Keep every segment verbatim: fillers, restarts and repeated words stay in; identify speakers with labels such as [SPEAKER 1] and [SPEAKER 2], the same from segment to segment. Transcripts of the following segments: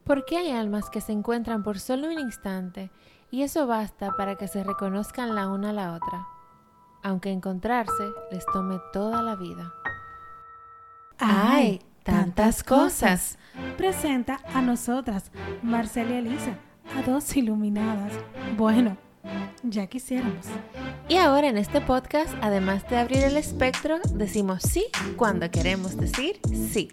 [SPEAKER 1] Porque hay almas que se encuentran por solo un instante y eso basta para que se reconozcan la una a la otra, aunque encontrarse les tome toda la vida.
[SPEAKER 2] ¡Ay,
[SPEAKER 1] tantas cosas!
[SPEAKER 2] Presenta a nosotras, Marcela y Elisa, a dos iluminadas. Bueno, ya quisiéramos.
[SPEAKER 1] Y ahora en este podcast, además de abrir el espectro, decimos sí cuando queremos decir sí.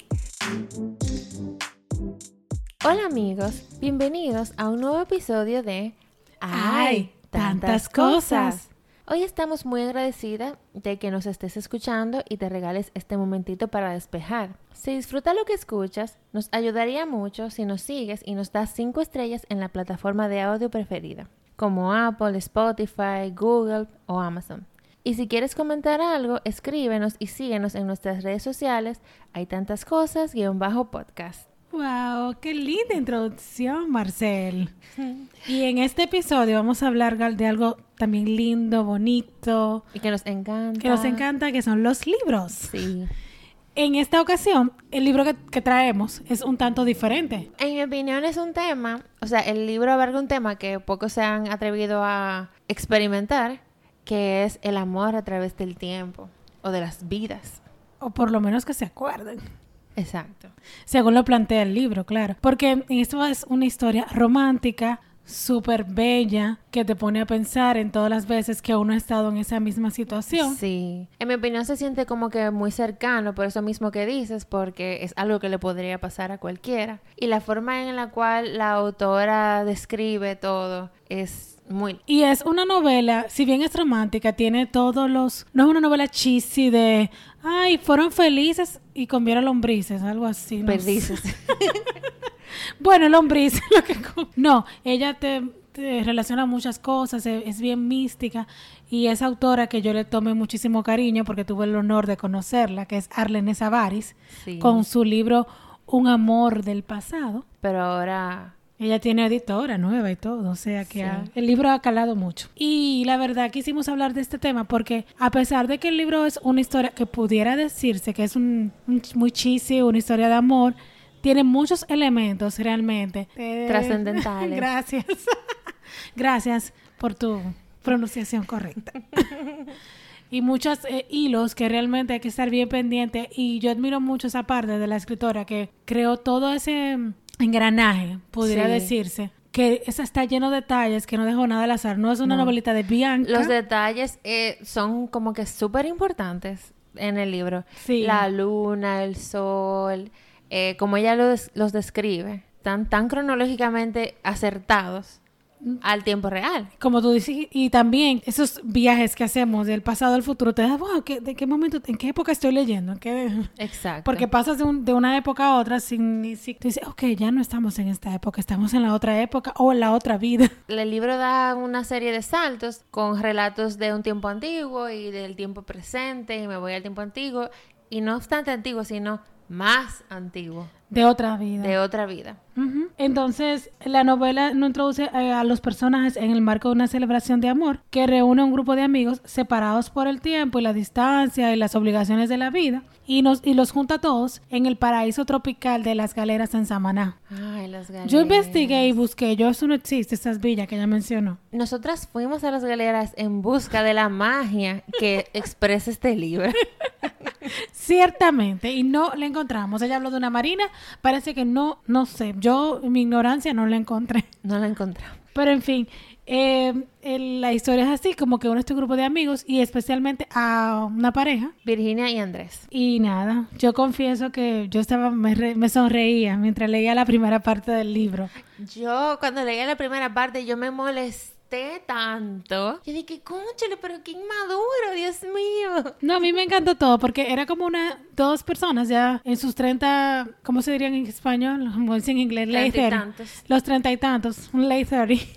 [SPEAKER 1] Hola amigos, bienvenidos a un nuevo episodio de
[SPEAKER 2] ¡Ay, tantas cosas!
[SPEAKER 1] Hoy estamos muy agradecidas de que nos estés escuchando y te regales este momentito para despejar. Si disfrutas lo que escuchas, nos ayudaría mucho si nos sigues y nos das cinco estrellas en la plataforma de audio preferida, como Apple, Spotify, Google o Amazon. Y si quieres comentar algo, escríbenos y síguenos en nuestras redes sociales. Hay tantas cosas, guión bajo podcast.
[SPEAKER 2] ¡Wow! ¡Qué linda introducción, Marcel! Y en este episodio vamos a hablar de algo también lindo, bonito.
[SPEAKER 1] Y que nos encanta.
[SPEAKER 2] Que nos encanta, que son los libros.
[SPEAKER 1] Sí.
[SPEAKER 2] En esta ocasión, el libro que, que traemos es un tanto diferente.
[SPEAKER 1] En mi opinión es un tema, o sea, el libro abarca un tema que pocos se han atrevido a experimentar, que es el amor a través del tiempo o de las vidas.
[SPEAKER 2] O por lo menos que se acuerden.
[SPEAKER 1] Exacto.
[SPEAKER 2] Según lo plantea el libro, claro. Porque esto es una historia romántica, súper bella, que te pone a pensar en todas las veces que uno ha estado en esa misma situación.
[SPEAKER 1] Sí. En mi opinión se siente como que muy cercano, por eso mismo que dices, porque es algo que le podría pasar a cualquiera. Y la forma en la cual la autora describe todo es muy...
[SPEAKER 2] Y es una novela, si bien es romántica, tiene todos los... No es una novela cheesy de... Ay, fueron felices y comieron lombrices, algo así. No
[SPEAKER 1] Perdices.
[SPEAKER 2] Bueno, lombrices, lo que... No, ella te, te relaciona muchas cosas, es, es bien mística. Y es autora que yo le tomé muchísimo cariño porque tuve el honor de conocerla, que es Arlene Savaris, sí, con su libro Un amor del pasado.
[SPEAKER 1] Pero ahora...
[SPEAKER 2] Ella tiene editora nueva y todo, o sea que sí. ha, el libro ha calado mucho. Y la verdad quisimos hablar de este tema porque a pesar de que el libro es una historia que pudiera decirse que es un, un muy cheesy, una historia de amor, tiene muchos elementos realmente eh,
[SPEAKER 1] trascendentales.
[SPEAKER 2] Gracias. Gracias por tu pronunciación correcta. Y muchos eh, hilos que realmente hay que estar bien pendiente. Y yo admiro mucho esa parte de la escritora que creó todo ese engranaje, pudiera sí. decirse, que esa está lleno de detalles, que no dejó nada al azar. No es una no. novelita de Bianca.
[SPEAKER 1] Los detalles eh, son como que súper importantes en el libro.
[SPEAKER 2] Sí.
[SPEAKER 1] La luna, el sol, eh, como ella lo des- los describe, tan, tan cronológicamente acertados al tiempo real.
[SPEAKER 2] Como tú dices, y también esos viajes que hacemos del pasado al futuro, te das, wow, ¿qué, ¿de qué momento, en qué época estoy leyendo? ¿En qué?
[SPEAKER 1] Exacto.
[SPEAKER 2] Porque pasas de, un, de una época a otra sin ni si, tú dices, ok, ya no estamos en esta época, estamos en la otra época o en la otra vida.
[SPEAKER 1] El libro da una serie de saltos con relatos de un tiempo antiguo y del tiempo presente, y me voy al tiempo antiguo, y no obstante antiguo, sino más antiguo.
[SPEAKER 2] De otra vida.
[SPEAKER 1] De otra vida.
[SPEAKER 2] Uh-huh. Entonces, la novela nos introduce eh, a los personajes en el marco de una celebración de amor que reúne a un grupo de amigos separados por el tiempo y la distancia y las obligaciones de la vida y, nos, y los junta a todos en el paraíso tropical de las galeras en Samaná.
[SPEAKER 1] Ay, las galeras.
[SPEAKER 2] Yo investigué y busqué. Yo, eso no existe, esas villas que ella mencionó.
[SPEAKER 1] Nosotras fuimos a las galeras en busca de la magia que expresa este libro.
[SPEAKER 2] Ciertamente, y no la encontramos. Ella habló de una marina, parece que no, no sé, yo en mi ignorancia no la encontré.
[SPEAKER 1] No la encontramos.
[SPEAKER 2] Pero en fin, eh, el, la historia es así, como que uno este grupo de amigos y especialmente a una pareja.
[SPEAKER 1] Virginia y Andrés.
[SPEAKER 2] Y nada, yo confieso que yo estaba, me, re, me sonreía mientras leía la primera parte del libro.
[SPEAKER 1] Yo cuando leía la primera parte, yo me molesté tanto. Yo dije, cónchale, pero qué inmaduro, Dios mío.
[SPEAKER 2] No, a mí me encantó todo porque era como una, dos personas ya en sus treinta, ¿cómo se diría en español? Como dicen en inglés, late
[SPEAKER 1] treinta y tantos.
[SPEAKER 2] Los treinta y tantos, un late thirty.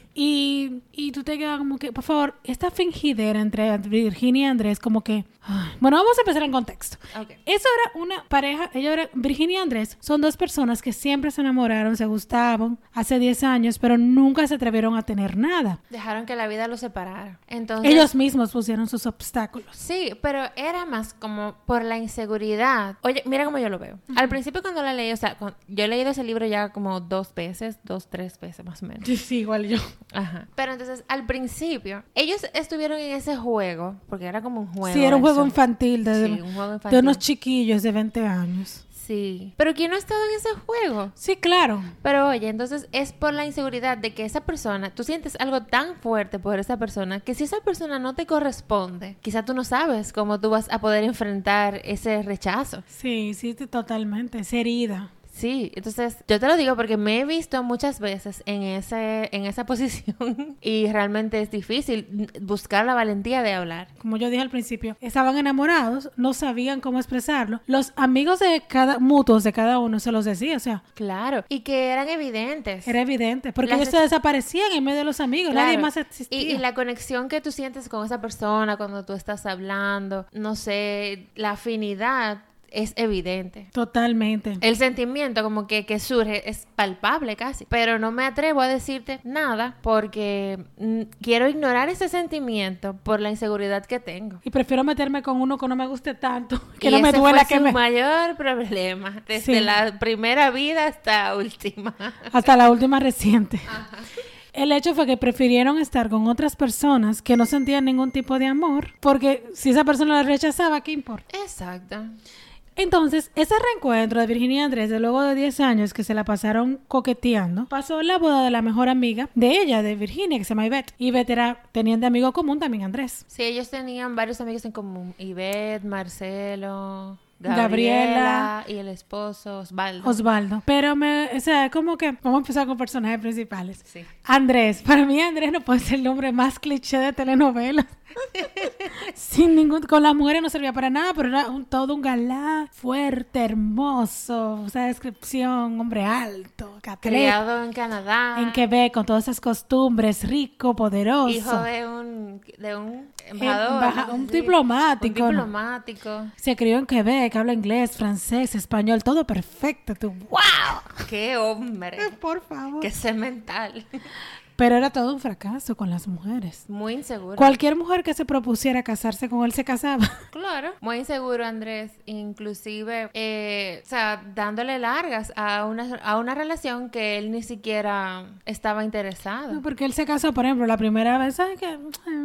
[SPEAKER 2] Y, y tú te quedas como que, por favor, esta fingidera entre Virginia y Andrés, como que... Ay. Bueno, vamos a empezar en contexto.
[SPEAKER 1] Okay.
[SPEAKER 2] Eso era una pareja, ella era, Virginia y Andrés son dos personas que siempre se enamoraron, se gustaban hace diez años, pero nunca se atrevieron a tener nada.
[SPEAKER 1] Dejaron que la vida los separara. Entonces,
[SPEAKER 2] ellos mismos pusieron sus obstáculos.
[SPEAKER 1] Sí, pero era más como por la inseguridad. Oye, mira cómo yo lo veo. Uh-huh. Al principio cuando la leí, o sea, cuando, yo he leído ese libro ya como dos veces, dos, tres veces más o menos.
[SPEAKER 2] Sí, igual yo.
[SPEAKER 1] Ajá. Pero entonces, al principio, ellos estuvieron en ese juego, porque era como un juego.
[SPEAKER 2] Sí, era un juego infantil de,
[SPEAKER 1] sí, un juego infantil
[SPEAKER 2] de unos chiquillos de veinte años.
[SPEAKER 1] Sí. Pero ¿quién no ha estado en ese juego?
[SPEAKER 2] Sí, claro.
[SPEAKER 1] Pero oye, entonces es por la inseguridad de que esa persona, tú sientes algo tan fuerte por esa persona, que si esa persona no te corresponde, quizá tú no sabes cómo tú vas a poder enfrentar ese rechazo.
[SPEAKER 2] Sí, sí, totalmente. Esa herida.
[SPEAKER 1] Sí, entonces yo te lo digo porque me he visto muchas veces en ese en esa posición y realmente es difícil buscar la valentía de hablar.
[SPEAKER 2] Como yo dije al principio, estaban enamorados, no sabían cómo expresarlo. Los amigos de cada mutuos de cada uno se los decía, o sea,
[SPEAKER 1] claro, y que eran evidentes.
[SPEAKER 2] Era evidente, porque
[SPEAKER 1] Las
[SPEAKER 2] ellos se desaparecían en medio de los amigos,
[SPEAKER 1] claro.
[SPEAKER 2] Nadie más existía.
[SPEAKER 1] Y, y la conexión que tú sientes con esa persona cuando tú estás hablando, no sé, la afinidad es evidente.
[SPEAKER 2] Totalmente.
[SPEAKER 1] El sentimiento como que, que surge es palpable casi. Pero no me atrevo a decirte nada porque mm, quiero ignorar ese sentimiento por la inseguridad que tengo.
[SPEAKER 2] Y prefiero meterme con uno que no me guste tanto, que
[SPEAKER 1] y
[SPEAKER 2] no me
[SPEAKER 1] ese
[SPEAKER 2] duela
[SPEAKER 1] fue
[SPEAKER 2] que
[SPEAKER 1] su
[SPEAKER 2] me...
[SPEAKER 1] mayor problema. Desde
[SPEAKER 2] sí.
[SPEAKER 1] la primera vida hasta la última.
[SPEAKER 2] Hasta la última reciente.
[SPEAKER 1] Ajá.
[SPEAKER 2] El hecho fue que prefirieron estar con otras personas que no sentían ningún tipo de amor, porque si esa persona la rechazaba, ¿qué importa?
[SPEAKER 1] Exacto.
[SPEAKER 2] Entonces, ese reencuentro de Virginia y Andrés, de luego de diez años que se la pasaron coqueteando, pasó la boda de la mejor amiga de ella, de Virginia, que se llama Ivette. Ivette era, tenían de amigo común también Andrés.
[SPEAKER 1] Sí, ellos tenían varios amigos en común. Ivette, Marcelo...
[SPEAKER 2] Gabriela,
[SPEAKER 1] Gabriela y el esposo Osvaldo.
[SPEAKER 2] Osvaldo. Pero me, o sea, como que vamos a empezar con personajes principales.
[SPEAKER 1] Sí.
[SPEAKER 2] Andrés, para mí Andrés no puede ser el nombre más cliché de telenovela. Sin ningún, con las mujeres no servía para nada, pero era un, todo un galán, fuerte, hermoso, o sea, descripción, hombre alto, atleta,
[SPEAKER 1] criado en Canadá,
[SPEAKER 2] en Quebec, con todas esas costumbres, rico, poderoso,
[SPEAKER 1] hijo de un de un embajador,
[SPEAKER 2] Embaja,
[SPEAKER 1] ¿no?
[SPEAKER 2] un
[SPEAKER 1] Sí.
[SPEAKER 2] diplomático,
[SPEAKER 1] un diplomático,
[SPEAKER 2] ¿no? Se crió en Quebec, habla inglés, francés, español, todo perfecto, tú, wow,
[SPEAKER 1] qué hombre,
[SPEAKER 2] por favor,
[SPEAKER 1] qué semental.
[SPEAKER 2] Pero era todo un fracaso con las mujeres.
[SPEAKER 1] Muy inseguro.
[SPEAKER 2] Cualquier mujer que se propusiera casarse con él se casaba.
[SPEAKER 1] Claro. Muy inseguro, Andrés. Inclusive, eh, o sea, dándole largas a una, a una relación que él ni siquiera estaba interesado.
[SPEAKER 2] No, porque él se casó, por ejemplo, la primera vez, ¿sabes qué?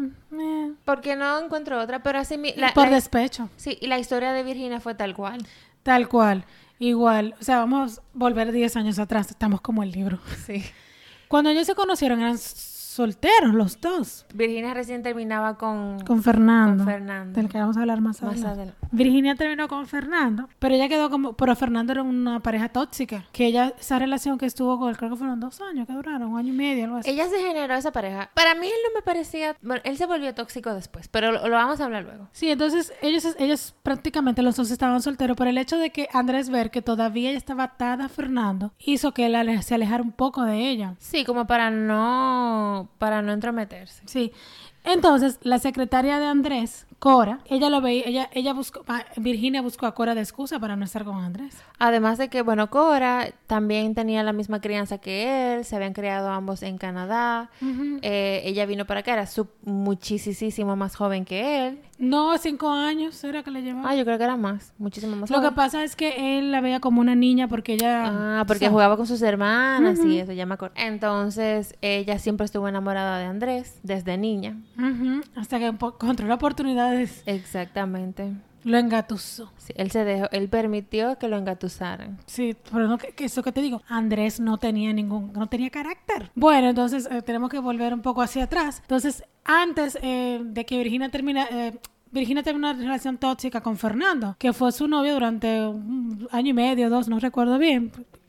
[SPEAKER 2] Eh,
[SPEAKER 1] porque no encuentro otra, pero así... Mi, la,
[SPEAKER 2] por
[SPEAKER 1] la,
[SPEAKER 2] despecho.
[SPEAKER 1] Sí, y la historia de Virginia fue tal cual.
[SPEAKER 2] Tal cual. Igual. O sea, vamos a volver diez años atrás. Estamos como el libro.
[SPEAKER 1] Sí.
[SPEAKER 2] Cuando ellos se conocieron eran solteros los dos.
[SPEAKER 1] Virginia recién terminaba con...
[SPEAKER 2] Con Fernando.
[SPEAKER 1] Con Fernando.
[SPEAKER 2] Del que vamos a hablar más,
[SPEAKER 1] más
[SPEAKER 2] adelante.
[SPEAKER 1] adelante.
[SPEAKER 2] Virginia terminó con Fernando, pero ella quedó como... Pero Fernando era una pareja tóxica. Que ella, esa relación que estuvo con él, creo que fueron dos años que duraron, un año y medio, algo así.
[SPEAKER 1] Ella se generó esa pareja. Para mí él no me parecía... Bueno, él se volvió tóxico después, pero lo, lo vamos a hablar luego.
[SPEAKER 2] Sí, entonces ellos, ellos prácticamente los dos estaban solteros, pero el hecho de que Andrés ver que todavía ella estaba atada a Fernando hizo que él ale- se alejara un poco de ella.
[SPEAKER 1] Sí, como para no... Para no entrometerse.
[SPEAKER 2] Sí. Entonces, la secretaria de Andrés, Cora, ella lo veía, ella, ella buscó, Virginia buscó a Cora de excusa para no estar con Andrés.
[SPEAKER 1] Además de que, bueno, Cora también tenía la misma crianza que él, se habían criado ambos en Canadá. Uh-huh. Eh, ella vino para acá, era su, muchísimo más joven que él.
[SPEAKER 2] No, cinco años era que le llevaba.
[SPEAKER 1] Ah, yo creo que era más, muchísimo más
[SPEAKER 2] Lo
[SPEAKER 1] joven.
[SPEAKER 2] que pasa es que él la veía como una niña porque ella...
[SPEAKER 1] Ah, porque
[SPEAKER 2] o sea,
[SPEAKER 1] jugaba con sus hermanas uh-huh. y eso, ya me acuerdo. Entonces, ella siempre estuvo enamorada de Andrés desde niña.
[SPEAKER 2] Uh-huh. Hasta que encontró la oportunidades.
[SPEAKER 1] Exactamente.
[SPEAKER 2] Lo engatusó.
[SPEAKER 1] Sí, él se dejó, él permitió que lo engatusaran.
[SPEAKER 2] Sí, pero no, que, que eso que te digo, Andrés no tenía ningún, no tenía carácter. Bueno, entonces eh, tenemos que volver un poco hacia atrás. Entonces, antes eh, de que Virginia termina, eh, Virginia terminó una relación tóxica con Fernando, que fue su novio durante un año y medio, dos, no recuerdo bien.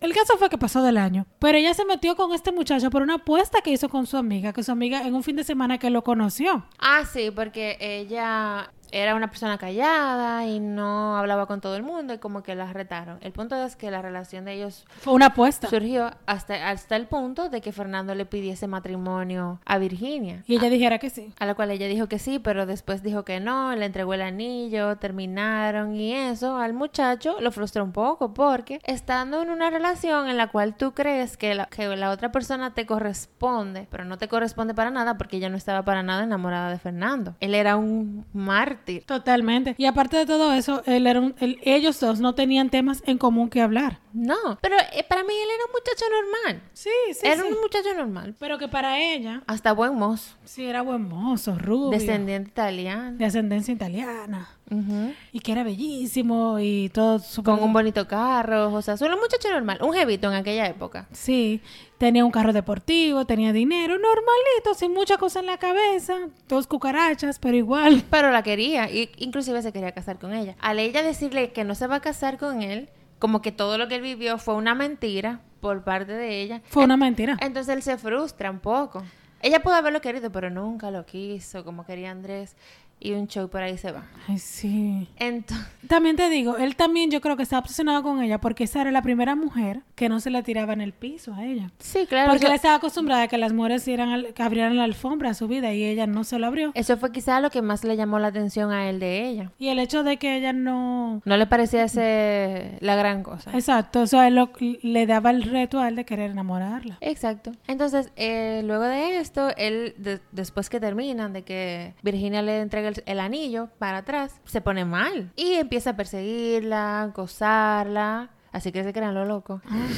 [SPEAKER 2] el caso fue que pasó del año, pero ella se metió con este muchacho por una apuesta que hizo con su amiga, que su amiga en un fin de semana que lo conoció.
[SPEAKER 1] Ah, sí, porque ella era una persona callada y no hablaba con todo el mundo y como que la retaron. El punto es que la relación de ellos
[SPEAKER 2] fue una apuesta.
[SPEAKER 1] Surgió hasta, hasta el punto de que Fernando le pidiese matrimonio a Virginia.
[SPEAKER 2] Y ella
[SPEAKER 1] a,
[SPEAKER 2] dijera que sí.
[SPEAKER 1] A la cual ella dijo que sí, pero después dijo que no, le entregó el anillo, terminaron y eso al muchacho lo frustró un poco porque estando en una relación en la cual tú crees que la, que la otra persona te corresponde, pero no te corresponde para nada porque ella no estaba para nada enamorada de Fernando. Él era un mártir.
[SPEAKER 2] Totalmente. Y aparte de todo eso, él era un, él, ellos dos no tenían temas en común que hablar.
[SPEAKER 1] No, pero eh, para mí él era un muchacho normal.
[SPEAKER 2] Sí, sí,
[SPEAKER 1] Era
[SPEAKER 2] sí.
[SPEAKER 1] un muchacho normal.
[SPEAKER 2] Pero que para ella...
[SPEAKER 1] Hasta buen mozo.
[SPEAKER 2] Sí, era buen mozo, rubio.
[SPEAKER 1] Descendiente italiano.
[SPEAKER 2] De ascendencia italiana.
[SPEAKER 1] Uh-huh.
[SPEAKER 2] Y que era bellísimo y todo super...
[SPEAKER 1] Con un bonito carro, o sea, solo un muchacho normal, un jevito en aquella época.
[SPEAKER 2] Sí, tenía un carro deportivo, tenía dinero, normalito, sin mucha cosa en la cabeza, dos cucarachas, pero igual.
[SPEAKER 1] Pero la quería, y inclusive se quería casar con ella. Al ella decirle que no se va a casar con él, como que todo lo que él vivió fue una mentira por parte de ella.
[SPEAKER 2] Fue una mentira.
[SPEAKER 1] Entonces él se frustra un poco. Ella pudo haberlo querido, pero nunca lo quiso, como quería Andrés. Y un show por ahí se va.
[SPEAKER 2] Ay, sí.
[SPEAKER 1] Entonces...
[SPEAKER 2] También te digo, él también yo creo que estaba obsesionado con ella porque esa era la primera mujer que no se le tiraba en el piso a ella.
[SPEAKER 1] Sí, claro.
[SPEAKER 2] Porque
[SPEAKER 1] eso...
[SPEAKER 2] él estaba acostumbrada a que las mujeres iran al, que abrieran la alfombra a su vida y ella no se lo abrió.
[SPEAKER 1] Eso fue quizá lo que más le llamó la atención a él de ella.
[SPEAKER 2] Y el hecho de que ella no...
[SPEAKER 1] No le parecía ser la gran cosa.
[SPEAKER 2] Exacto. O sea, él lo, le daba el reto a él de querer enamorarla.
[SPEAKER 1] Exacto. Entonces, eh, luego de esto, él, de, después que terminan, de que Virginia le entrega el, el anillo para atrás, se pone mal y empieza a perseguirla, acosarla, así que se crean lo loco.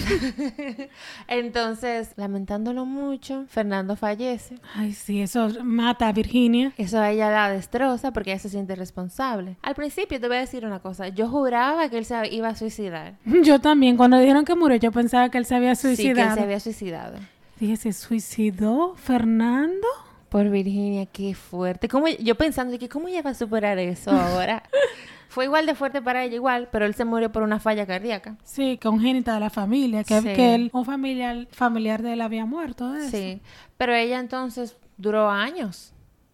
[SPEAKER 1] Entonces, lamentándolo mucho, Fernando fallece.
[SPEAKER 2] Ay, sí, eso mata a Virginia.
[SPEAKER 1] Eso a ella la destroza porque ella se siente responsable. Al principio te voy a decir una cosa, yo juraba que él se iba a suicidar.
[SPEAKER 2] Yo también, cuando dijeron que murió, yo pensaba que él se había suicidado.
[SPEAKER 1] Sí, que él se había suicidado.
[SPEAKER 2] Dije, ¿se suicidó Fernando?
[SPEAKER 1] Por Virginia, qué fuerte. ¿Cómo, yo pensando que cómo ella va a superar eso ahora. Fue igual de fuerte para ella, igual, pero él se murió por una falla cardíaca.
[SPEAKER 2] Sí, congénita de la familia, que,
[SPEAKER 1] Sí.
[SPEAKER 2] que él, un familiar, familiar de él había muerto de eso.
[SPEAKER 1] Sí, pero ella entonces duró años,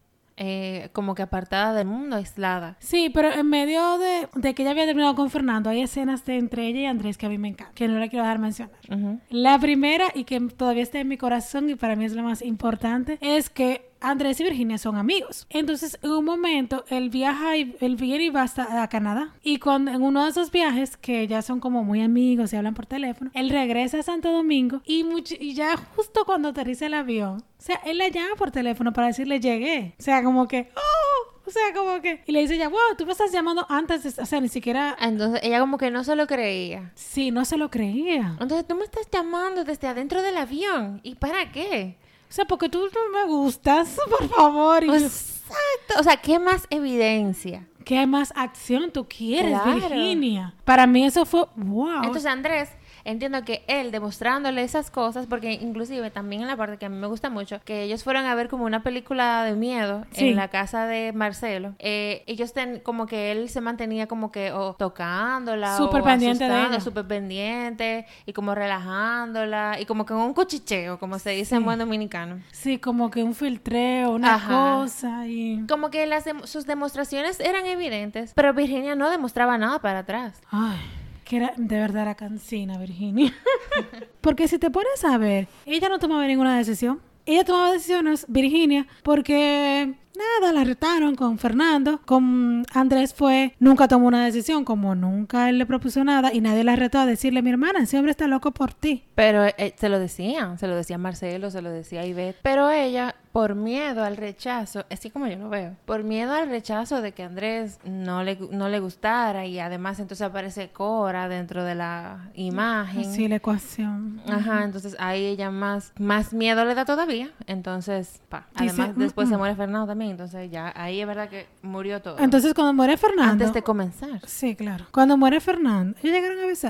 [SPEAKER 1] eh, como que apartada del mundo, aislada.
[SPEAKER 2] Sí, pero en medio de, de que ella había terminado con Fernando, hay escenas de entre ella y Andrés que a mí me encantan, que no la quiero dejar mencionar.
[SPEAKER 1] Uh-huh.
[SPEAKER 2] La primera, y que todavía está en mi corazón y para mí es la más importante, es que Andrés y Virginia son amigos. Entonces, en un momento, él viaja y él viene y va hasta a Canadá. Y cuando en uno de esos viajes, que ya son como muy amigos y hablan por teléfono, él regresa a Santo Domingo y, much- y ya justo cuando aterriza el avión, o sea, él la llama por teléfono para decirle llegué. O sea, como que, ¡oh! O sea, como que... Y le dice ya, wow, tú me estás llamando antes de... O sea, ni siquiera...
[SPEAKER 1] Entonces ella como que no se lo creía.
[SPEAKER 2] Sí, no se lo creía.
[SPEAKER 1] Entonces tú me estás llamando desde adentro del avión. ¿Y para qué?
[SPEAKER 2] O sea, porque tú no me gustas, por favor. Y yo,
[SPEAKER 1] Exacto. O sea, ¿qué más evidencia?
[SPEAKER 2] ¿qué más acción tú quieres,
[SPEAKER 1] Claro.
[SPEAKER 2] Virginia? Para mí eso fue wow.
[SPEAKER 1] Entonces Andrés, entiendo que él demostrándole esas cosas, porque inclusive también en la parte que a mí me gusta mucho, que ellos fueron a ver como una película de miedo
[SPEAKER 2] Sí.
[SPEAKER 1] en la casa de Marcelo, eh, ellos ten, como que él se mantenía como que o tocándola
[SPEAKER 2] Súper
[SPEAKER 1] o
[SPEAKER 2] pendiente de
[SPEAKER 1] asustando,
[SPEAKER 2] ella.
[SPEAKER 1] súper pendiente y como relajándola y como que un cuchicheo, como se dice en
[SPEAKER 2] Sí.
[SPEAKER 1] buen dominicano.
[SPEAKER 2] Sí, como que un filtreo, una
[SPEAKER 1] Ajá.
[SPEAKER 2] cosa y...
[SPEAKER 1] Como que las dem- sus demostraciones eran evidentes, pero Virginia no demostraba nada para atrás.
[SPEAKER 2] Ay, que era, de verdad era cansina, Virginia. Porque si te pones a ver, ella no tomaba ninguna decisión. Ella tomaba decisiones, Virginia, porque nada, la retaron con Fernando. Con Andrés fue, nunca tomó una decisión, como nunca él le propuso nada y nadie la retó a decirle, mi hermana, ese hombre está loco por ti.
[SPEAKER 1] Pero eh, se lo decían, se lo decía Marcelo, se lo decía Ivette. Pero ella, por miedo al rechazo, así como yo lo veo, por miedo al rechazo de que Andrés no le, no le gustara y además entonces aparece Cora dentro de la imagen.
[SPEAKER 2] Sí, la ecuación.
[SPEAKER 1] Ajá, entonces ahí ella más, más miedo le da todavía. Entonces, pa.
[SPEAKER 2] Dice,
[SPEAKER 1] Además, después
[SPEAKER 2] mm,
[SPEAKER 1] se
[SPEAKER 2] mm.
[SPEAKER 1] muere Fernando también. Entonces ya ahí es verdad que murió todo.
[SPEAKER 2] Entonces cuando muere Fernando...
[SPEAKER 1] Antes de comenzar.
[SPEAKER 2] Sí, claro. Cuando muere Fernando, ellos llegaron a besarse.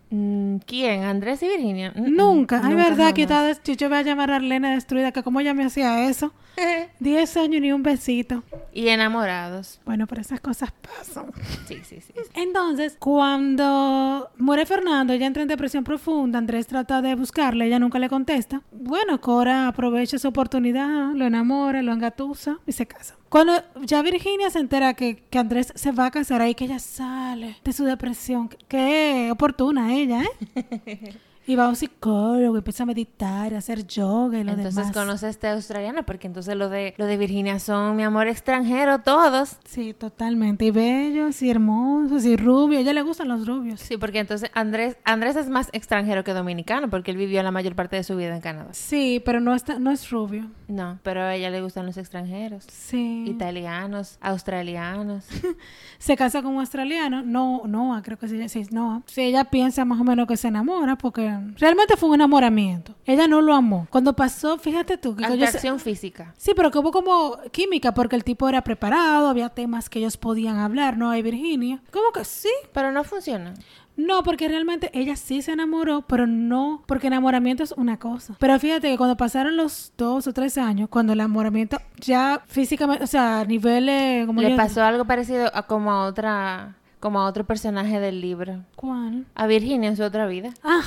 [SPEAKER 1] Mm, ¿Quién? ¿Andrés y Virginia? Mm,
[SPEAKER 2] Nunca.
[SPEAKER 1] mm,
[SPEAKER 2] Ay,
[SPEAKER 1] nunca
[SPEAKER 2] verdad que
[SPEAKER 1] jamás.
[SPEAKER 2] estaba, yo, yo voy a llamar a Arlene destruida, que como ella me hacía eso. Diez años ni un besito.
[SPEAKER 1] Y enamorados.
[SPEAKER 2] Bueno, pero esas cosas pasan.
[SPEAKER 1] Sí, sí, sí.
[SPEAKER 2] Entonces, cuando muere Fernando, ella entra en depresión profunda, Andrés trata de buscarla, ella nunca le contesta. Bueno, Cora aprovecha esa oportunidad, lo enamora, lo engatusa y se casa. Cuando ya Virginia se entera que, que Andrés se va a casar, ahí que ella sale de su depresión. Qué oportuna ella, ¿eh? Y va a un psicólogo, y empieza a meditar, a hacer yoga y lo
[SPEAKER 1] Entonces
[SPEAKER 2] demás.
[SPEAKER 1] conoce a este australiano, porque entonces lo de lo de Virginia son mi amor extranjero todos.
[SPEAKER 2] Sí, totalmente. Y bellos, y hermosos, y rubios. A ella le gustan los rubios.
[SPEAKER 1] Sí, porque entonces Andrés Andrés es más extranjero que dominicano, porque él vivió la mayor parte de su vida en Canadá.
[SPEAKER 2] Sí, pero no, está, no es rubio.
[SPEAKER 1] No, pero a ella le gustan los extranjeros.
[SPEAKER 2] Sí.
[SPEAKER 1] Italianos, australianos.
[SPEAKER 2] Se casa con un australiano. No, Noah, creo que se llama. Sí, Noah. Sí, ella piensa más o menos que se enamora, porque realmente fue un enamoramiento. Ella no lo amó. Cuando pasó, fíjate tú. Que ellos-
[SPEAKER 1] Atracción física.
[SPEAKER 2] Sí, pero que hubo como química, porque el tipo era preparado, había temas que ellos podían hablar, ¿no? Hay Virginia. ¿Cómo que sí?
[SPEAKER 1] Pero no funciona.
[SPEAKER 2] No, porque realmente ella sí se enamoró, pero no, porque enamoramiento es una cosa. Pero fíjate que cuando pasaron los dos o tres años, cuando el enamoramiento ya físicamente, o sea, a niveles... Como
[SPEAKER 1] Le
[SPEAKER 2] yo-
[SPEAKER 1] pasó algo parecido a como a otra como a otro personaje del libro.
[SPEAKER 2] ¿Cuál?
[SPEAKER 1] A Virginia en su otra vida.
[SPEAKER 2] Ah,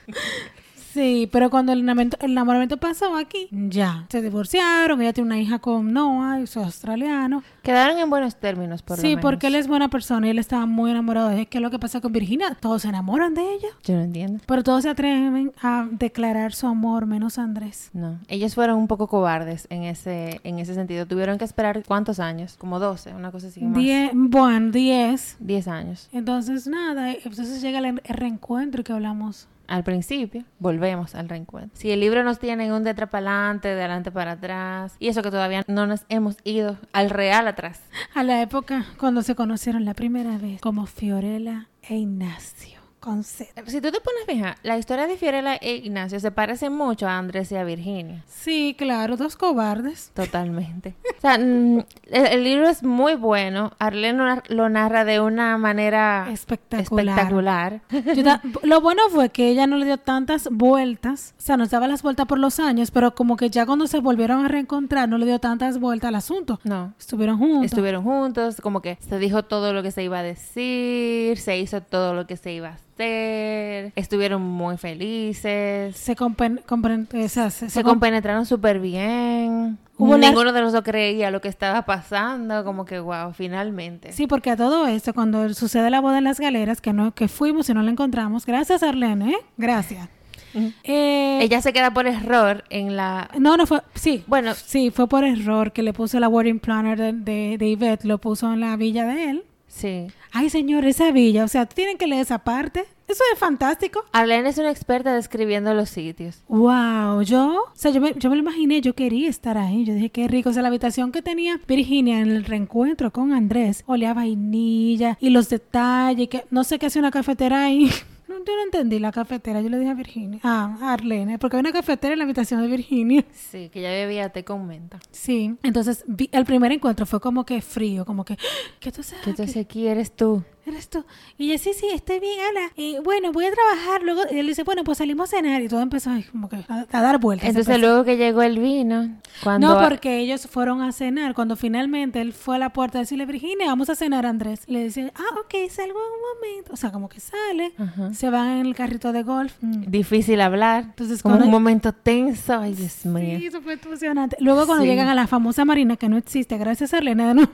[SPEAKER 2] sí, pero cuando el enamoramiento, el enamoramiento pasó aquí, ya, se divorciaron, ella tiene una hija con Noah, y su australiano.
[SPEAKER 1] Quedaron en buenos términos, por lo
[SPEAKER 2] Sí,
[SPEAKER 1] menos.
[SPEAKER 2] porque él es buena persona y él estaba muy enamorado de ella. ¿Qué es lo que pasa con Virginia? Todos se enamoran de ella,
[SPEAKER 1] Yo no entiendo.
[SPEAKER 2] pero todos se atreven a declarar su amor, menos Andrés.
[SPEAKER 1] No, ellos fueron un poco cobardes en ese en ese sentido. Tuvieron que esperar ¿cuántos años? Como doce, una cosa así más.
[SPEAKER 2] Diez, bueno, diez.
[SPEAKER 1] diez años.
[SPEAKER 2] Entonces, nada, entonces llega el, el reencuentro que hablamos.
[SPEAKER 1] Al principio, volvemos al reencuentro. Si el libro nos tiene un de atrás para adelante, de adelante para atrás, y eso que todavía no nos hemos ido al real atrás.
[SPEAKER 2] A la época cuando se conocieron la primera vez, como Fiorella e Ignacio, con Z.
[SPEAKER 1] Si tú te pones fija, la historia de Fiorella e Ignacio se parece mucho a Andrés y a Virginia.
[SPEAKER 2] Sí, claro, dos cobardes.
[SPEAKER 1] Totalmente. O sea, mm, el, el libro es muy bueno. Arlene lo, lo narra de una manera
[SPEAKER 2] Espectacular.
[SPEAKER 1] espectacular.
[SPEAKER 2] Yo ta- lo bueno fue que ella no le dio tantas vueltas, o sea, nos daba las vueltas por los años, pero como que ya cuando se volvieron a reencontrar no le dio tantas vueltas al asunto.
[SPEAKER 1] No.
[SPEAKER 2] Estuvieron juntos.
[SPEAKER 1] Estuvieron juntos, como que se dijo todo lo que se iba a decir, se hizo todo lo que se iba a hacer, estuvieron muy felices,
[SPEAKER 2] Se, compen- compren- o sea, se,
[SPEAKER 1] se,
[SPEAKER 2] se com-
[SPEAKER 1] compenetraron súper bien.
[SPEAKER 2] Hubo la-
[SPEAKER 1] Ninguno de los dos creía lo que estaba pasando, como que wow, finalmente.
[SPEAKER 2] Sí, porque a todo esto, cuando sucede la boda en las galeras, que no que fuimos y no la encontramos, gracias Arlene, ¿eh? Gracias.
[SPEAKER 1] Ujú.
[SPEAKER 2] Eh,
[SPEAKER 1] Ella se queda por error en la...
[SPEAKER 2] No, no fue, sí,
[SPEAKER 1] Bueno,
[SPEAKER 2] sí, fue por error que le puso la wedding planner de, de, de Yvette, lo puso en la villa de él.
[SPEAKER 1] sí.
[SPEAKER 2] Ay, señor, esa villa, o sea, tienen que leer esa parte. Eso es fantástico.
[SPEAKER 1] Arlene es una experta describiendo los sitios.
[SPEAKER 2] Wow, yo, o sea, yo me, yo me lo imaginé, yo quería estar ahí, yo dije, qué rico, o sea, la habitación que tenía Virginia en el reencuentro con Andrés, olía a vainilla y los detalles, que no sé qué hace una cafetera ahí. No, yo no entendí la cafetera, yo le dije a Virginia, ah, a Arlene, porque hay una cafetera en la habitación de Virginia.
[SPEAKER 1] Sí, que ya bebía té con menta.
[SPEAKER 2] Sí, entonces vi- el primer encuentro fue como que frío, como que, ¿qué tú sabes?
[SPEAKER 1] ¿Qué tú haces aquí? Eres tú.
[SPEAKER 2] ¿Eres tú? Y ella, sí, sí, estoy bien, Ana. Y bueno, voy a trabajar. Luego y él dice, bueno, pues salimos a cenar. Y todo empezó ay, como que a, a dar vueltas.
[SPEAKER 1] Entonces
[SPEAKER 2] empezó.
[SPEAKER 1] luego que llegó el vino, cuando...
[SPEAKER 2] No, porque ellos fueron a cenar. Cuando finalmente él fue a la puerta a decirle, Virginia, vamos a cenar, Andrés. Le dice, ah, ok, salgo en un momento. O sea, como que sale.
[SPEAKER 1] Ajá.
[SPEAKER 2] Se van en el carrito de golf. Mm.
[SPEAKER 1] Difícil hablar.
[SPEAKER 2] Entonces,
[SPEAKER 1] como
[SPEAKER 2] cuando-
[SPEAKER 1] un momento tenso. Ay, Dios mío.
[SPEAKER 2] Sí, eso fue emocionante. Luego cuando
[SPEAKER 1] Sí.
[SPEAKER 2] llegan a la famosa marina, que no existe, gracias a Arlene, de nuevo,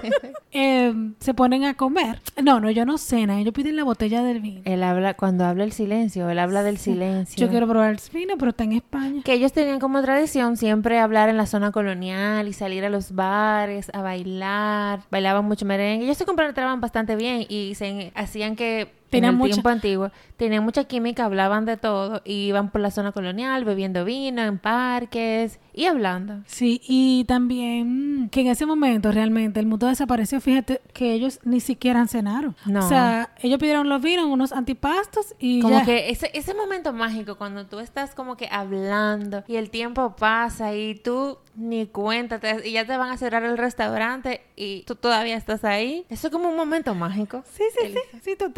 [SPEAKER 2] eh, se ponen a comer. No, no, ellos no cenan, ellos piden la botella del vino.
[SPEAKER 1] Él habla, cuando habla el silencio, él habla del silencio.
[SPEAKER 2] Yo quiero probar el vino, pero está en España.
[SPEAKER 1] Que ellos tenían como tradición siempre hablar en la zona colonial y salir a los bares a bailar. Bailaban mucho merengue. Ellos se compenetraban bastante bien y se hacían que... En
[SPEAKER 2] Tenían
[SPEAKER 1] el
[SPEAKER 2] mucha-
[SPEAKER 1] tiempo antiguo, tenían mucha química, hablaban de todo, y iban por la zona colonial bebiendo vino en parques y hablando.
[SPEAKER 2] Sí, y también mm, que en ese momento realmente el mundo desapareció. Fíjate que ellos ni siquiera cenaron.
[SPEAKER 1] No.
[SPEAKER 2] O sea, ellos pidieron los vinos, unos antipastos y
[SPEAKER 1] Como
[SPEAKER 2] ya.
[SPEAKER 1] que ese, ese momento mágico cuando tú estás como que hablando y el tiempo pasa y tú ni cuenta te- y ya te van a cerrar el restaurante y tú todavía estás ahí. Eso es como un momento mágico.
[SPEAKER 2] Sí, sí, sí, sí, totalmente.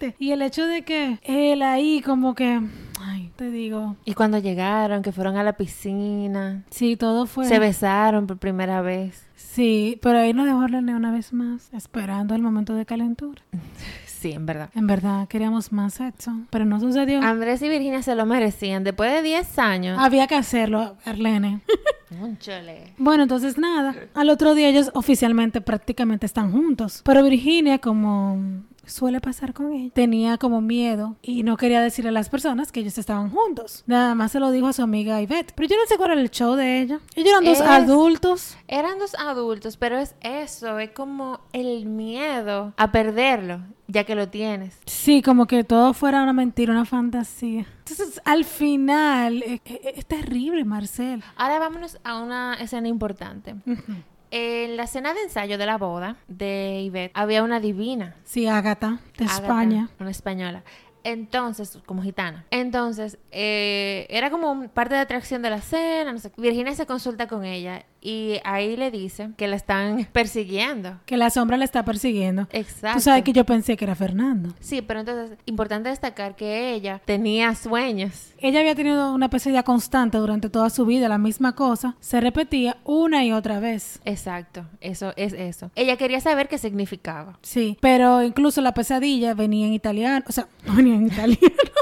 [SPEAKER 2] diferente. Y el hecho de que él ahí como que, ay, te digo.
[SPEAKER 1] Y cuando llegaron, que fueron a la piscina.
[SPEAKER 2] Sí, todo fue.
[SPEAKER 1] Se besaron por primera vez.
[SPEAKER 2] Sí, pero ahí nos dejó Arlene una vez más, esperando el momento de calentura.
[SPEAKER 1] Sí, en verdad.
[SPEAKER 2] En verdad, queríamos más sexo, pero no sucedió.
[SPEAKER 1] Andrés y Virginia se lo merecían. Después de diez años.
[SPEAKER 2] Había que hacerlo, Arlene.
[SPEAKER 1] Un chole.
[SPEAKER 2] Bueno, entonces nada. Al otro día ellos oficialmente prácticamente están juntos. Pero Virginia, como suele pasar con ella, tenía como miedo y no quería decirle a las personas que ellos estaban juntos. Nada más se lo dijo a su amiga Ivette. Pero yo no sé cuál era el show de ella. Ellos eran dos
[SPEAKER 1] Es-
[SPEAKER 2] adultos.
[SPEAKER 1] Eran dos adultos, pero es eso, es como el miedo a perderlo, ya que lo tienes.
[SPEAKER 2] Sí, como que todo fuera una mentira, una fantasía. Entonces, al final, eh, eh, es terrible, Marcel.
[SPEAKER 1] Ahora vámonos a una escena importante.
[SPEAKER 2] Ujú.
[SPEAKER 1] En la escena de ensayo de la boda de Ivette había una divina.
[SPEAKER 2] Sí, Ágata, de
[SPEAKER 1] Ágata,
[SPEAKER 2] España.
[SPEAKER 1] una española. Entonces, como gitana. Entonces, eh, era como un- parte de atracción de la cena, no sé. Virginia se consulta con ella y ahí le dice que la están persiguiendo.
[SPEAKER 2] Que la sombra la está persiguiendo.
[SPEAKER 1] Exacto.
[SPEAKER 2] Tú sabes que yo pensé que era Fernando.
[SPEAKER 1] Sí, pero entonces, importante destacar que ella tenía sueños.
[SPEAKER 2] Ella había tenido una pesadilla constante durante toda su vida, la misma cosa, se repetía una y otra vez.
[SPEAKER 1] Exacto, eso es eso. Ella quería saber qué significaba.
[SPEAKER 2] Sí, pero incluso la pesadilla venía en italiano, o sea, no venía en italiano.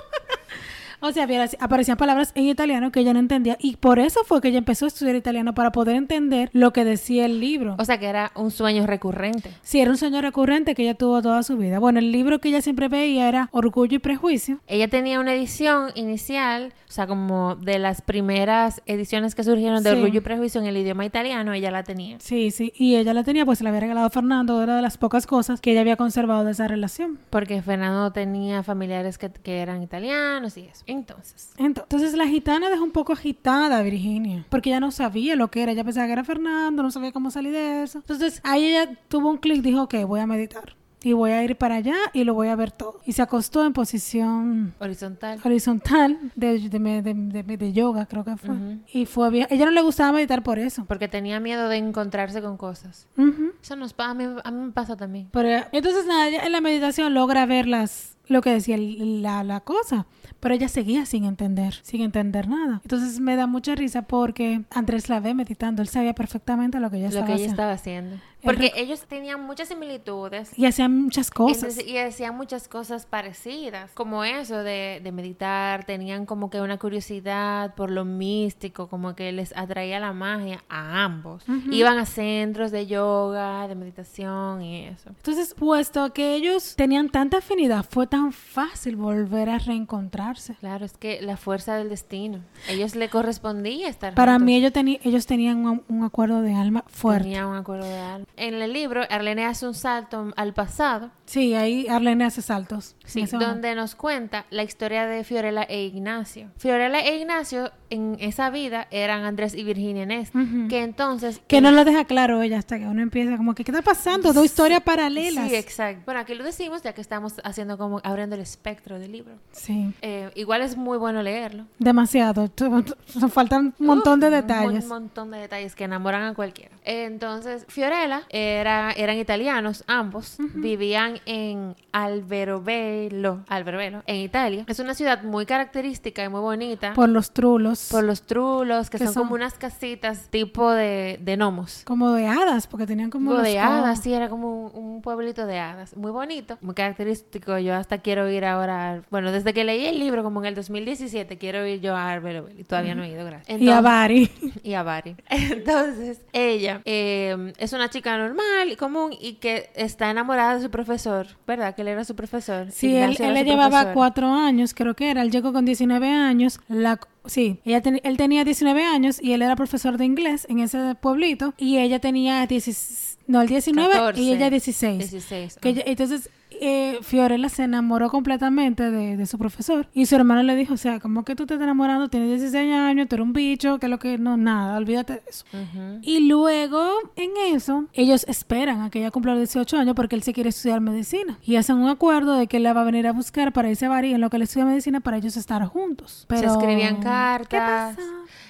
[SPEAKER 2] O sea, había- aparecían palabras en italiano que ella no entendía y por eso fue que ella empezó a estudiar italiano para poder entender lo que decía el libro.
[SPEAKER 1] O sea, que era un sueño recurrente.
[SPEAKER 2] Sí, era un sueño recurrente que ella tuvo toda su vida. Bueno, el libro que ella siempre veía era Orgullo y Prejuicio.
[SPEAKER 1] Ella tenía una edición inicial, o sea, como de las primeras ediciones que surgieron de
[SPEAKER 2] Sí.
[SPEAKER 1] Orgullo y Prejuicio en el idioma italiano, ella la tenía.
[SPEAKER 2] Sí, sí, y ella la tenía, pues se la había regalado a Fernando, era de las pocas cosas que ella había conservado de esa relación.
[SPEAKER 1] Porque Fernando tenía familiares que, que eran italianos y eso. Entonces,
[SPEAKER 2] Entonces la gitana dejó un poco agitada a Virginia, porque ella no sabía lo que era, ella pensaba que era Fernando, no sabía cómo salir de eso. Entonces ahí ella tuvo un clic, dijo, ok, voy a meditar y voy a ir para allá y lo voy a ver todo. Y se acostó en posición
[SPEAKER 1] horizontal.
[SPEAKER 2] horizontal de, de, de, de- de- de yoga, creo que fue.
[SPEAKER 1] Ujú.
[SPEAKER 2] Y fue bien. Ella no le gustaba meditar por eso.
[SPEAKER 1] Porque tenía miedo de encontrarse con cosas.
[SPEAKER 2] Ujú.
[SPEAKER 1] Eso nos pasa, a mí, a mí me pasa también.
[SPEAKER 2] Pero, entonces nada, ella en la meditación logra ver las, lo que decía el- la, la cosa. Pero ella seguía sin entender, sin entender nada. Entonces me da mucha risa porque Andrés la ve meditando. Él sabía perfectamente lo que ella
[SPEAKER 1] Lo
[SPEAKER 2] estaba
[SPEAKER 1] que ella
[SPEAKER 2] haciendo.
[SPEAKER 1] estaba haciendo. Porque ellos tenían muchas similitudes.
[SPEAKER 2] Y hacían muchas cosas.
[SPEAKER 1] Entonces, y decían muchas cosas parecidas, como eso de, de meditar, tenían como que una curiosidad por lo místico, como que les atraía la magia a ambos.
[SPEAKER 2] Ujú.
[SPEAKER 1] Iban a centros de yoga, de meditación y eso.
[SPEAKER 2] Entonces, puesto a que ellos tenían tanta afinidad, fue tan fácil volver a reencontrarse.
[SPEAKER 1] Claro, es que la fuerza del destino. Ellos le correspondía estar
[SPEAKER 2] Para
[SPEAKER 1] juntos.
[SPEAKER 2] mí ellos, teni- ellos tenían un, un acuerdo de alma fuerte.
[SPEAKER 1] Tenían un acuerdo de alma. En el libro, Arlene hace un salto al pasado,
[SPEAKER 2] Sí, ahí Arlene hace saltos. en
[SPEAKER 1] sí,
[SPEAKER 2] ese momento.
[SPEAKER 1] donde nos cuenta la historia de Fiorella e Ignacio. Fiorella e Ignacio en esa vida eran Andrés y Virginia Inés,
[SPEAKER 2] Ujú.
[SPEAKER 1] que entonces...
[SPEAKER 2] Que no lo deja claro ella hasta que uno empieza como que, ¿qué está pasando? Dos historias paralelas.
[SPEAKER 1] Sí, exacto. Bueno, aquí lo decimos ya que estamos haciendo como abriendo el espectro del libro.
[SPEAKER 2] Sí,
[SPEAKER 1] Eh, igual es muy bueno leerlo.
[SPEAKER 2] demasiado. Tu- tu- Nos faltan un montón de
[SPEAKER 1] Uf,
[SPEAKER 2] detalles.
[SPEAKER 1] Un montón de detalles que enamoran a cualquiera. Entonces, Fiorella era, eran italianos, ambos. Vivían en Alberobello, Alberobello, en Italia. Es una ciudad muy característica y muy bonita.
[SPEAKER 2] Por los trulos.
[SPEAKER 1] Por los trulos, que,
[SPEAKER 2] Que
[SPEAKER 1] son,
[SPEAKER 2] son-
[SPEAKER 1] como unas casitas tipo de, de gnomos.
[SPEAKER 2] Como de hadas, porque tenían como
[SPEAKER 1] Como
[SPEAKER 2] los
[SPEAKER 1] de
[SPEAKER 2] co-
[SPEAKER 1] hadas, sí, era como un, un pueblito de hadas. Muy bonito, muy característico. Yo hasta quiero ir ahora. al- Bueno, desde que leí el libro, como en el dos mil diecisiete, quiero ir yo a Alberobello. Y todavía no he ido, gracias.
[SPEAKER 2] Y a Bari.
[SPEAKER 1] Y a Bari. Entonces, ella eh, es una chica normal y común y que está enamorada de su profesor, ¿verdad? Que él era su profesor.
[SPEAKER 2] Sí, él,
[SPEAKER 1] Ignacio
[SPEAKER 2] él
[SPEAKER 1] era
[SPEAKER 2] le
[SPEAKER 1] su
[SPEAKER 2] llevaba
[SPEAKER 1] profesor.
[SPEAKER 2] cuatro años, creo que era. Él llegó con diecinueve años. La, sí, ella ten- él tenía diecinueve años y él era profesor de inglés en ese pueblito. Y ella tenía dieciséis, no, el diecinueve
[SPEAKER 1] catorce,
[SPEAKER 2] y ella dieciséis.
[SPEAKER 1] dieciséis.
[SPEAKER 2] Que
[SPEAKER 1] ah.
[SPEAKER 2] ella- entonces, eh, Fiorella se enamoró completamente de, de su profesor. Y su hermano le dijo, o sea, ¿cómo que tú te estás enamorando? Tienes dieciséis años, tú eres un bicho, que es lo que... No, nada, olvídate de eso.
[SPEAKER 1] Ujú.
[SPEAKER 2] Y luego, en eso, ellos esperan a que ella cumpla los dieciocho años porque él se quiere estudiar medicina. Y hacen un acuerdo de que él la va a venir a buscar para irse a Bari en lo que él estudia medicina para ellos estar juntos. Pero...
[SPEAKER 1] Se escribían
[SPEAKER 2] ¿Qué
[SPEAKER 1] cartas.
[SPEAKER 2] pasa?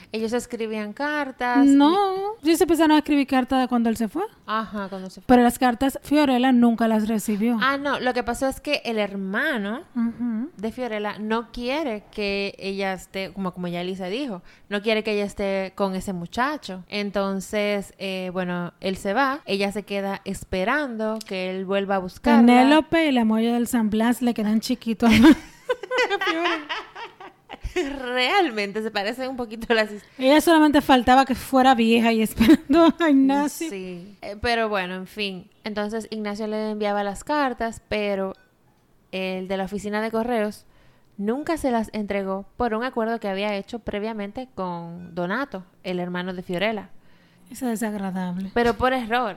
[SPEAKER 1] Ellos escribían cartas.
[SPEAKER 2] No, ellos empezaron a escribir cartas de cuando él se fue.
[SPEAKER 1] Ajá, cuando se fue.
[SPEAKER 2] Pero las cartas Fiorella nunca las recibió.
[SPEAKER 1] Ah, no, lo que pasó es que el hermano
[SPEAKER 2] Uh-huh.
[SPEAKER 1] de Fiorella no quiere que ella esté, como, como ya Elisa dijo, no quiere que ella esté con ese muchacho. Entonces, eh, bueno, él se va, ella se queda esperando que él vuelva a buscarla.
[SPEAKER 2] Penélope y la molla del San Blas le quedan chiquitos.
[SPEAKER 1] Realmente se parecen un poquito las historias.
[SPEAKER 2] Ella solamente faltaba que fuera vieja y esperando a Ignacio.
[SPEAKER 1] Sí, eh, pero bueno, en fin. Entonces Ignacio le enviaba las cartas, pero el de la oficina de correos nunca se las entregó por un acuerdo que había hecho previamente con Donato, el hermano de Fiorella.
[SPEAKER 2] Eso es desagradable.
[SPEAKER 1] Pero por error,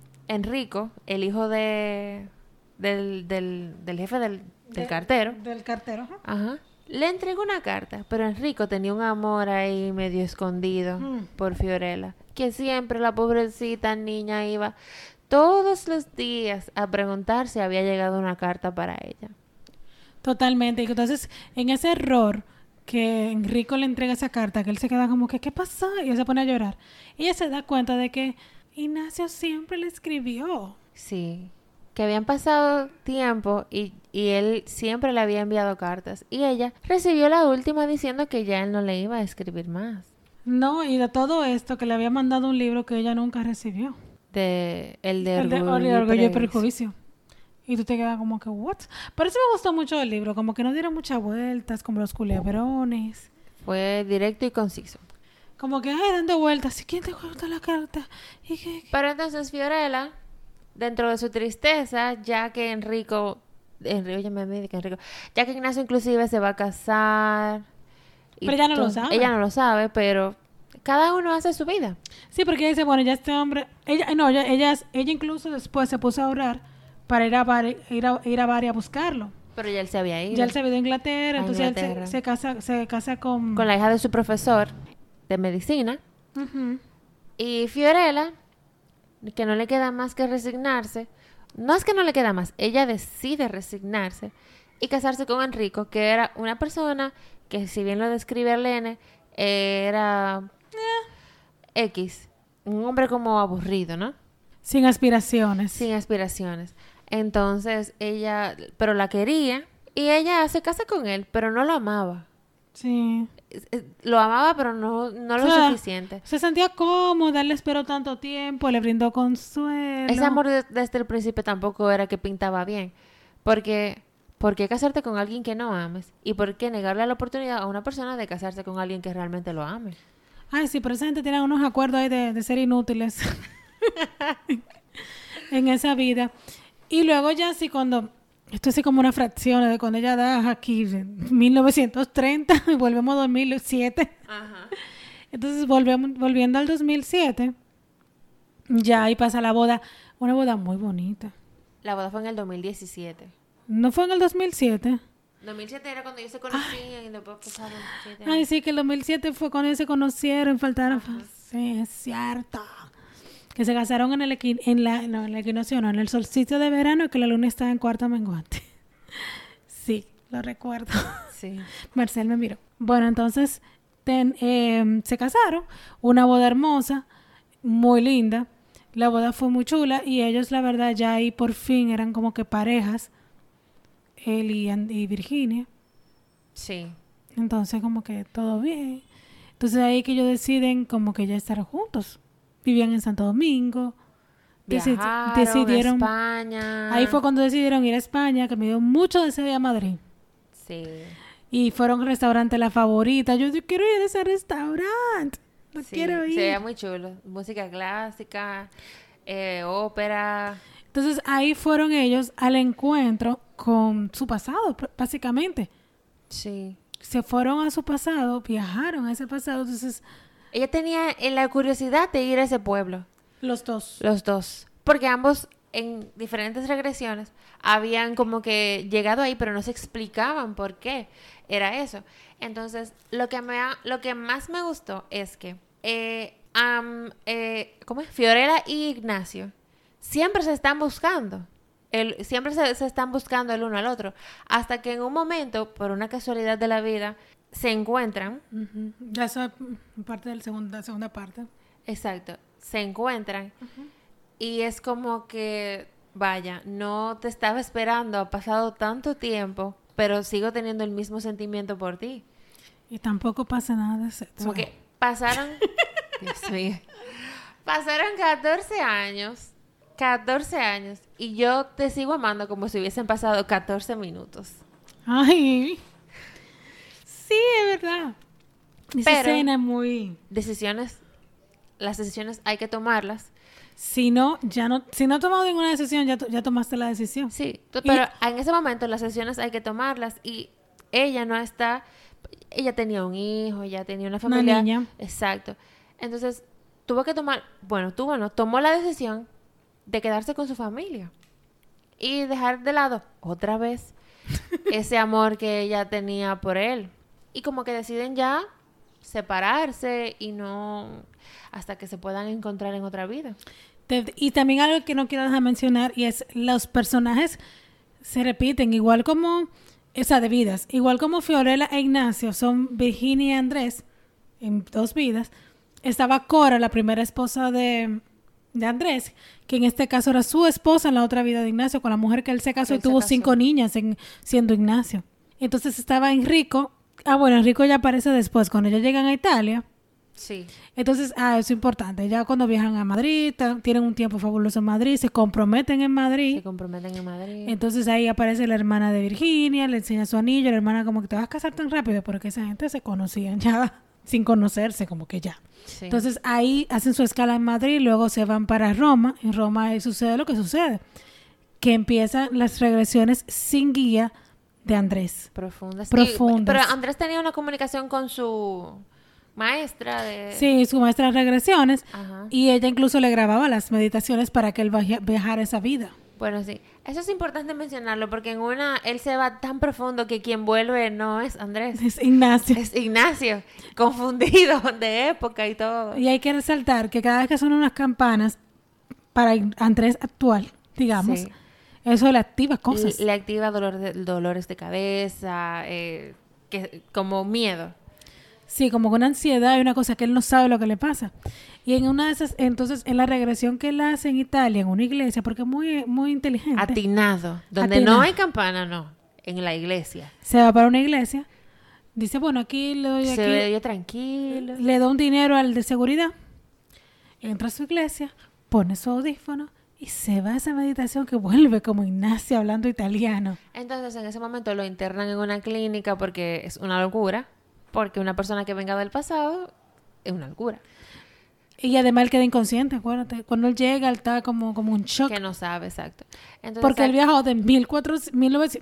[SPEAKER 1] Enrico, el hijo de del, del, del jefe del, del
[SPEAKER 2] De-
[SPEAKER 1] cartero,
[SPEAKER 2] Del cartero. ajá.
[SPEAKER 1] ajá, le entregó una carta, pero Enrico tenía un amor ahí medio escondido
[SPEAKER 2] Mm.
[SPEAKER 1] por Fiorella, que siempre la pobrecita niña iba todos los días a preguntar si había llegado una carta para ella.
[SPEAKER 2] Totalmente. Y entonces, en ese error que Enrico le entrega esa carta, que él se queda como que, ¿qué pasó? Y él se pone a llorar. Ella se da cuenta de que Ignacio siempre le escribió.
[SPEAKER 1] Sí, que habían pasado tiempo y, y él siempre le había enviado cartas. Y ella recibió la última diciendo que ya él no le iba a escribir más.
[SPEAKER 2] No, y de todo esto, que le había mandado un libro que ella nunca recibió.
[SPEAKER 1] De, el de
[SPEAKER 2] El de
[SPEAKER 1] Orgullo,
[SPEAKER 2] Orgullo, Orgullo y
[SPEAKER 1] Prejuicio.
[SPEAKER 2] Prejuicio. Y tú te quedas como que, ¿what? Pero eso me gustó mucho el libro, como que no dieron muchas vueltas, como los culebrones.
[SPEAKER 1] Fue directo y conciso.
[SPEAKER 2] Como que, ay, dando vueltas. ¿Y quién te gusta la carta? ¿Y qué?
[SPEAKER 1] Pero entonces Fiorella, dentro de su tristeza, ya que Enrico, Enrico ya me me que Enrico, ya que Ignacio inclusive se va a casar. y
[SPEAKER 2] Pero ella no lo
[SPEAKER 1] todo-
[SPEAKER 2] sabe.
[SPEAKER 1] Ella no lo sabe, pero cada uno hace su vida.
[SPEAKER 2] Sí, porque ella dice, bueno, ya este hombre... Ella, no, ella, ella, ella incluso después se puso a ahorrar para ir a Bari, ir a, ir a, Bari a buscarlo.
[SPEAKER 1] Pero ya él se había ido.
[SPEAKER 2] Ya él se había ido a Inglaterra,
[SPEAKER 1] A
[SPEAKER 2] entonces
[SPEAKER 1] Inglaterra.
[SPEAKER 2] él se, se casa, se casa con...
[SPEAKER 1] Con la hija de su profesor de medicina.
[SPEAKER 2] Ujú.
[SPEAKER 1] Y Fiorella, que no le queda más que resignarse. No es que no le queda más, ella decide resignarse y casarse con Enrico, que era una persona que, si bien lo describe Arlene, era eh, X, un hombre como aburrido, ¿no?
[SPEAKER 2] Sin aspiraciones.
[SPEAKER 1] Sin aspiraciones. Entonces ella, pero la quería y ella se casa con él, pero no lo amaba.
[SPEAKER 2] Sí.
[SPEAKER 1] Es- es- Lo amaba, pero no, no lo
[SPEAKER 2] O sea,
[SPEAKER 1] suficiente.
[SPEAKER 2] Se sentía cómoda, él le esperó tanto tiempo, le brindó consuelo.
[SPEAKER 1] Ese amor de- desde el principio tampoco era que pintaba bien. Porque, ¿por qué casarte con alguien que no ames? ¿Y por qué negarle la oportunidad a una persona de casarse con alguien que realmente lo ame?
[SPEAKER 2] Ay, sí, pero esa gente tiene unos acuerdos ahí de, de ser inútiles en esa vida. Y luego ya sí cuando... Esto es como una fracción de cuando ella da aquí mil novecientos treinta y volvemos a dos mil siete.
[SPEAKER 1] Ajá.
[SPEAKER 2] Entonces volvemos, volviendo al dos mil siete, ya ahí pasa la boda. Una boda muy bonita.
[SPEAKER 1] La boda fue en el dos mil diecisiete.
[SPEAKER 2] ¿No fue en el dos mil siete?
[SPEAKER 1] dos mil siete era cuando ellos se conocían y después pasaron siete
[SPEAKER 2] Ay,
[SPEAKER 1] años.
[SPEAKER 2] sí, que el dos mil siete fue cuando ellos se conocieron, faltaron... Sí, es cierto. Que se casaron en el equi- en la, no, en el equinoccio, no, en el solsticio de verano y que la luna estaba en cuarta menguante. Sí, lo recuerdo.
[SPEAKER 1] Sí.
[SPEAKER 2] Marcel me miró. Bueno, entonces ten- eh, se casaron. Una boda hermosa, muy linda. La boda fue muy chula y ellos, la verdad, ya ahí por fin eran como que parejas. Él y, And- y Virginia.
[SPEAKER 1] Sí.
[SPEAKER 2] Entonces, como que todo bien. Entonces, ahí que ellos deciden como que ya estar juntos. Vivían en Santo Domingo. Deci-
[SPEAKER 1] Viajaron
[SPEAKER 2] decidieron.
[SPEAKER 1] a España.
[SPEAKER 2] Ahí fue cuando decidieron ir a España, que me dio mucho deseo de ir a Madrid.
[SPEAKER 1] Sí.
[SPEAKER 2] Y fueron al restaurante La Favorita. Yo, yo quiero ir a ese restaurante. No
[SPEAKER 1] Sí,
[SPEAKER 2] quiero ir.
[SPEAKER 1] se veía muy chulo. Música clásica, eh, ópera.
[SPEAKER 2] Entonces, ahí fueron ellos al encuentro con su pasado, pr- básicamente.
[SPEAKER 1] Sí.
[SPEAKER 2] Se fueron a su pasado, viajaron a ese pasado. Entonces,
[SPEAKER 1] Ella tenía eh, la curiosidad de ir a ese pueblo,
[SPEAKER 2] los dos.
[SPEAKER 1] los dos, porque ambos en diferentes regresiones habían como que llegado ahí, pero no se explicaban por qué era eso. Entonces, lo que me ha- lo que más me gustó es que eh, am- eh, ¿cómo es? Fiorella y Ignacio siempre se están buscando. El, siempre se, se están buscando el uno al otro. Hasta que en un momento, por una casualidad de la vida, se encuentran.
[SPEAKER 2] Uh-huh. Ya eso es parte de la segunda, la segunda parte.
[SPEAKER 1] Exacto. Se encuentran. Uh-huh. Y es como que, vaya, no te estaba esperando, ha pasado tanto tiempo, pero sigo teniendo el mismo sentimiento por ti.
[SPEAKER 2] Y tampoco pasa nada de sexo.
[SPEAKER 1] Como que pasaron, Dios mío, pasaron catorce años, catorce años, y yo te sigo amando como si hubiesen pasado catorce minutos.
[SPEAKER 2] Ay, sí, es verdad. Esa
[SPEAKER 1] Pero,
[SPEAKER 2] escena es muy...
[SPEAKER 1] Decisiones, las decisiones hay que tomarlas.
[SPEAKER 2] Si no, ya no, si no has tomado ninguna decisión, ya, to, ya tomaste la decisión.
[SPEAKER 1] Sí, tú, pero y... en ese momento las decisiones hay que tomarlas y ella no está... Ella tenía un hijo, ella tenía una familia.
[SPEAKER 2] Una niña.
[SPEAKER 1] Exacto. Entonces, tuvo que tomar... Bueno, tuvo, no, tomó la decisión de quedarse con su familia. Y dejar de lado, otra vez, ese amor que ella tenía por él. Y como que deciden ya separarse y no... Hasta que se puedan encontrar en otra vida.
[SPEAKER 2] Te, y también algo que no quiero dejar mencionar, y es los personajes se repiten, igual como... Esa de vidas. Igual como Fiorella e Ignacio son Virginia y Andrés en dos vidas, estaba Cora, la primera esposa de, de Andrés, que en este caso era su esposa en la otra vida de Ignacio, con la mujer que él se casó y tuvo casó. cinco niñas en, siendo Ignacio. Entonces estaba Enrico. Ah, bueno, Enrico ya aparece después, cuando ellos llegan a Italia.
[SPEAKER 1] Sí.
[SPEAKER 2] Entonces, ah, eso es importante. Ya cuando viajan a Madrid, t- tienen un tiempo fabuloso en Madrid, se comprometen en Madrid.
[SPEAKER 1] Se comprometen en Madrid.
[SPEAKER 2] Entonces ahí aparece la hermana de Virginia, le enseña su anillo, la hermana como que te vas a casar tan rápido, porque esa gente se conocían ya sin conocerse, como que ya. Sí. Entonces ahí hacen su escala en Madrid, luego se van para Roma. En Roma ahí sucede lo que sucede, que empiezan las regresiones sin guía de Andrés.
[SPEAKER 1] Profundas.
[SPEAKER 2] Profundas.
[SPEAKER 1] Sí, pero Andrés tenía una comunicación con su... maestra de...
[SPEAKER 2] Sí, su maestra de regresiones.
[SPEAKER 1] Ajá.
[SPEAKER 2] Y ella incluso le grababa las meditaciones para que él viajara esa vida.
[SPEAKER 1] Bueno, sí. Eso es importante mencionarlo porque en una él se va tan profundo que quien vuelve no es Andrés.
[SPEAKER 2] Es Ignacio.
[SPEAKER 1] Es Ignacio. Confundido de época y todo.
[SPEAKER 2] Y hay que resaltar que cada vez que suenan unas campanas para Andrés actual, digamos, sí. Eso le activa cosas.
[SPEAKER 1] Le, le activa dolor de, dolores de cabeza, eh, que, como miedo.
[SPEAKER 2] Sí, como con ansiedad y una cosa que él no sabe lo que le pasa. Y en una de esas, entonces, en la regresión que él hace en Italia, en una iglesia, porque es muy, muy inteligente.
[SPEAKER 1] Atinado. Donde Atinado. No hay campana, no. En la iglesia.
[SPEAKER 2] Se va para una iglesia. Dice, bueno, aquí le doy...
[SPEAKER 1] Se
[SPEAKER 2] aquí,
[SPEAKER 1] ve yo tranquilo.
[SPEAKER 2] Le da un dinero al de seguridad. Entra a su iglesia, pone su audífono y se va a esa meditación que vuelve como Ignacio hablando italiano.
[SPEAKER 1] Entonces, en ese momento lo internan en una clínica porque es una locura. Porque una persona que venga del pasado es una locura.
[SPEAKER 2] Y además él queda inconsciente, acuérdate. Cuando él llega, él está como, como un shock.
[SPEAKER 1] Que no sabe, exacto.
[SPEAKER 2] Entonces, porque él viajó de mil cuatrocientos,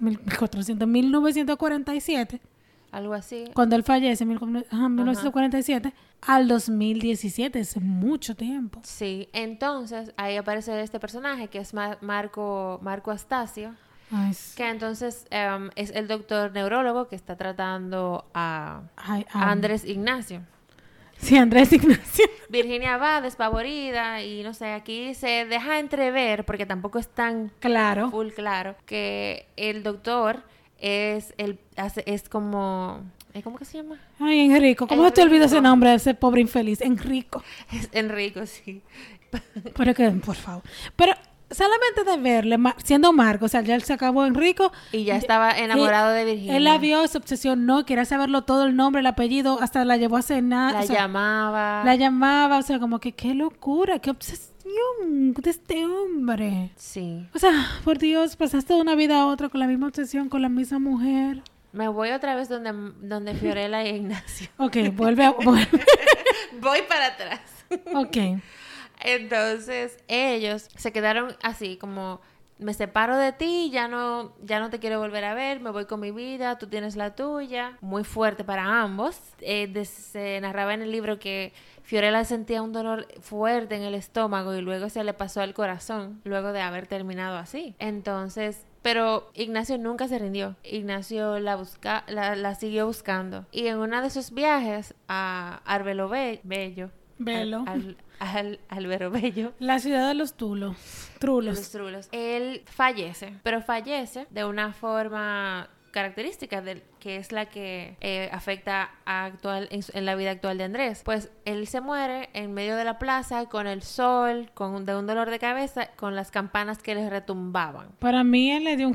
[SPEAKER 2] mil novecientos cuarenta y siete.
[SPEAKER 1] Algo así.
[SPEAKER 2] Cuando él fallece, mil, ajá, mil novecientos cuarenta y siete, al dos mil diecisiete. Es mucho tiempo.
[SPEAKER 1] Sí. Entonces, ahí aparece este personaje que es Mar- Marco, Marco Astacio.
[SPEAKER 2] Ay, sí.
[SPEAKER 1] Que entonces um, es el doctor neurólogo que está tratando a,
[SPEAKER 2] Ay, um,
[SPEAKER 1] a Andrés Ignacio.
[SPEAKER 2] Sí, Andrés Ignacio.
[SPEAKER 1] Virginia va despavorida y no sé, aquí se deja entrever, porque tampoco es tan
[SPEAKER 2] claro,
[SPEAKER 1] full claro, que el doctor es el es como... ¿Cómo que se llama?
[SPEAKER 2] Ay, Enrico. ¿Cómo se te olvida ese nombre de ese pobre infeliz? Enrico.
[SPEAKER 1] Es Enrico, sí.
[SPEAKER 2] Pero que, por favor. Pero... solamente de verle, siendo Marco, o sea, ya él se acabó Enrico.
[SPEAKER 1] Y ya estaba enamorado
[SPEAKER 2] y,
[SPEAKER 1] de Virginia.
[SPEAKER 2] Él la vio, se obsesionó, quería saberlo todo, el nombre, el apellido, hasta la llevó a cenar.
[SPEAKER 1] La
[SPEAKER 2] o sea,
[SPEAKER 1] llamaba.
[SPEAKER 2] La llamaba, o sea, como que qué locura, qué obsesión de este hombre.
[SPEAKER 1] Sí.
[SPEAKER 2] O sea, por Dios, pasaste de una vida a otra con la misma obsesión, con la misma mujer.
[SPEAKER 1] Me voy otra vez donde, donde Fiorella y Ignacio.
[SPEAKER 2] Ok, vuelve a... Vuelve.
[SPEAKER 1] Voy para atrás.
[SPEAKER 2] Ok.
[SPEAKER 1] Entonces ellos se quedaron así como me separo de ti, ya no ya no te quiero volver a ver, me voy con mi vida, tú tienes la tuya. Muy fuerte para ambos. Eh, de, se narraba en el libro que Fiorella sentía un dolor fuerte en el estómago y luego se le pasó al corazón luego de haber terminado así. Entonces, pero Ignacio nunca se rindió. Ignacio la busca la, la siguió buscando y en uno de sus viajes a Arbelo Be- Bello
[SPEAKER 2] Velo.
[SPEAKER 1] Al, al, al, Albero Bello.
[SPEAKER 2] La ciudad de los tulos. Trulos.
[SPEAKER 1] Los trulos. Él fallece, pero fallece de una forma características de, que es la que eh, afecta a actual en, en la vida actual de Andrés. Pues él se muere en medio de la plaza con el sol, con de un dolor de cabeza, con las campanas que le retumbaban.
[SPEAKER 2] Para mí él le dio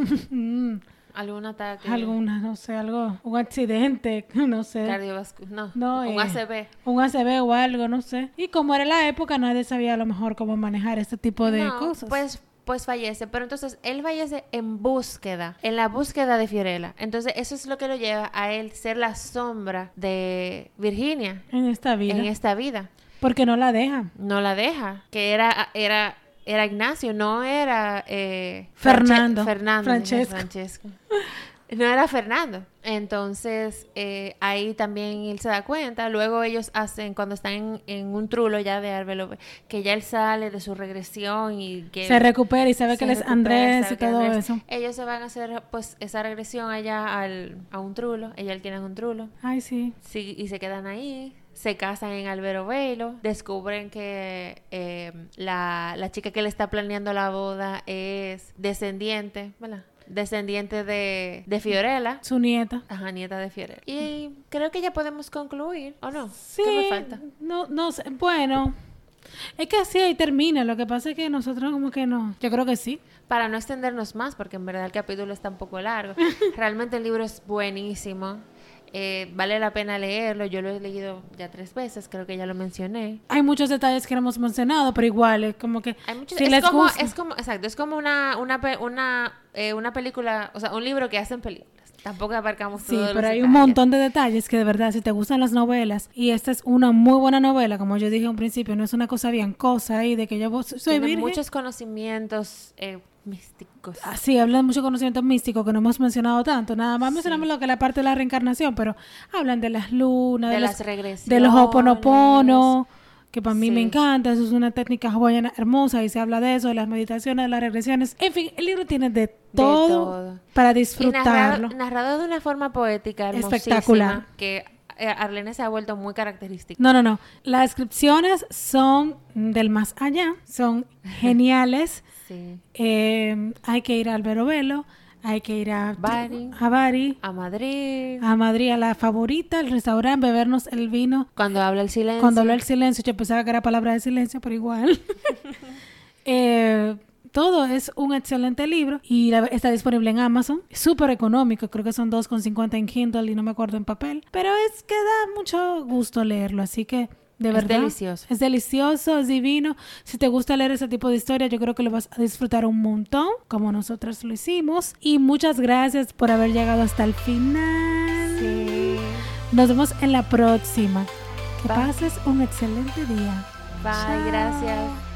[SPEAKER 2] un...
[SPEAKER 1] ¿Algún ataque?
[SPEAKER 2] Alguna, no sé, algo, un accidente, no sé.
[SPEAKER 1] Cardiovascular, no,
[SPEAKER 2] no
[SPEAKER 1] un
[SPEAKER 2] eh,
[SPEAKER 1] A C V.
[SPEAKER 2] Un A C V o algo, no sé. Y como era la época, nadie sabía a lo mejor cómo manejar este tipo de
[SPEAKER 1] no,
[SPEAKER 2] cosas.
[SPEAKER 1] Pues, pues fallece, pero entonces él fallece en búsqueda, en la búsqueda de Fiorella. Entonces eso es lo que lo lleva a él ser la sombra de Virginia.
[SPEAKER 2] En esta vida.
[SPEAKER 1] En esta vida.
[SPEAKER 2] Porque no la deja.
[SPEAKER 1] No la deja, que era... era Era Ignacio, no era eh,
[SPEAKER 2] Fernando.
[SPEAKER 1] Franche- Fernando.
[SPEAKER 2] Francesco.
[SPEAKER 1] Francesco. No era Fernando. Entonces, eh, ahí también él se da cuenta. Luego ellos hacen, cuando están en, en un trulo ya de Arbelo, que ya él sale de su regresión y que...
[SPEAKER 2] Se recupera y sabe
[SPEAKER 1] se
[SPEAKER 2] que él es
[SPEAKER 1] recupera,
[SPEAKER 2] Andrés
[SPEAKER 1] sabe
[SPEAKER 2] y
[SPEAKER 1] que
[SPEAKER 2] todo
[SPEAKER 1] Andrés-
[SPEAKER 2] eso.
[SPEAKER 1] Ellos se van a hacer, pues, esa regresión allá al, a un trulo. Ella alquilan un trulo.
[SPEAKER 2] Ay, sí.
[SPEAKER 1] Sí, y se quedan ahí. Se casan en Albero Velo, descubren que eh, la, la chica que le está planeando la boda es descendiente, ¿verdad? Descendiente de, de Fiorella.
[SPEAKER 2] Su nieta.
[SPEAKER 1] Ajá, nieta de Fiorella. Y creo que ya podemos concluir, ¿o no?
[SPEAKER 2] Sí.
[SPEAKER 1] ¿Qué me falta?
[SPEAKER 2] No, no sé. Bueno, es que así ahí termina. Lo que pasa es que nosotros como que no. Yo creo que sí.
[SPEAKER 1] Para no extendernos más, porque en verdad el capítulo está un poco largo. Realmente el libro es buenísimo. Eh, vale la pena leerlo. Yo lo he leído ya tres veces, creo que ya lo mencioné.
[SPEAKER 2] Hay muchos detalles que no hemos mencionado, pero igual es como que
[SPEAKER 1] Hay muchos,
[SPEAKER 2] si
[SPEAKER 1] es,
[SPEAKER 2] les
[SPEAKER 1] como,
[SPEAKER 2] gusta.
[SPEAKER 1] es como, exacto, es como una, una, pe- una, eh, una película, o sea, un libro que hacen películas. Tampoco abarcamos
[SPEAKER 2] Sí,
[SPEAKER 1] todos los
[SPEAKER 2] pero hay
[SPEAKER 1] detalles.
[SPEAKER 2] un montón de detalles que de verdad, si te gustan las novelas, y esta es una muy buena novela, como yo dije en principio, no es una cosa bien cosa ahí de que yo soy
[SPEAKER 1] Tiene
[SPEAKER 2] virgen.
[SPEAKER 1] muchos conocimientos eh, místicos.
[SPEAKER 2] Ah, sí, hablan de mucho conocimiento místico que no hemos mencionado tanto. Nada más
[SPEAKER 1] Sí.
[SPEAKER 2] mencionamos lo que es la parte de la reencarnación, pero hablan de las lunas, de,
[SPEAKER 1] De
[SPEAKER 2] los,
[SPEAKER 1] las regresiones.
[SPEAKER 2] de los hoponopono, que para mí
[SPEAKER 1] Sí.
[SPEAKER 2] me encanta. Eso es una técnica hawaiana hermosa y se habla de eso, de las meditaciones, de las regresiones. En fin, el libro tiene de todo,
[SPEAKER 1] todo.
[SPEAKER 2] para
[SPEAKER 1] Y
[SPEAKER 2] disfrutarlo.
[SPEAKER 1] narrado, narrado de una forma poética, hermosísima,
[SPEAKER 2] Espectacular.
[SPEAKER 1] que eh, Arlene se ha vuelto muy característica.
[SPEAKER 2] No, no, no. Las descripciones son del más allá, son geniales.
[SPEAKER 1] Sí.
[SPEAKER 2] Eh, hay que ir a Albero Velo, hay que ir a
[SPEAKER 1] Bari.
[SPEAKER 2] a Bari,
[SPEAKER 1] A Madrid.
[SPEAKER 2] a Madrid, a la favorita, el restaurante, bebernos el vino.
[SPEAKER 1] Cuando habla el silencio.
[SPEAKER 2] Cuando habló el silencio, yo pensaba que era palabra de silencio, pero igual. eh, todo es un excelente libro y la- está disponible en Amazon. Súper económico, creo que son dos con cincuenta en Kindle y no me acuerdo en papel. Pero es que da mucho gusto leerlo, así que de
[SPEAKER 1] Es
[SPEAKER 2] verdad.
[SPEAKER 1] delicioso.
[SPEAKER 2] Es delicioso, es divino. Si te gusta leer ese tipo de historia, yo creo que lo vas a disfrutar un montón, como nosotras lo hicimos. Y muchas gracias por haber llegado hasta el final.
[SPEAKER 1] Sí.
[SPEAKER 2] Nos vemos en la próxima. Que
[SPEAKER 1] Bye.
[SPEAKER 2] pases un excelente día.
[SPEAKER 1] Bye,
[SPEAKER 2] Chao.
[SPEAKER 1] gracias.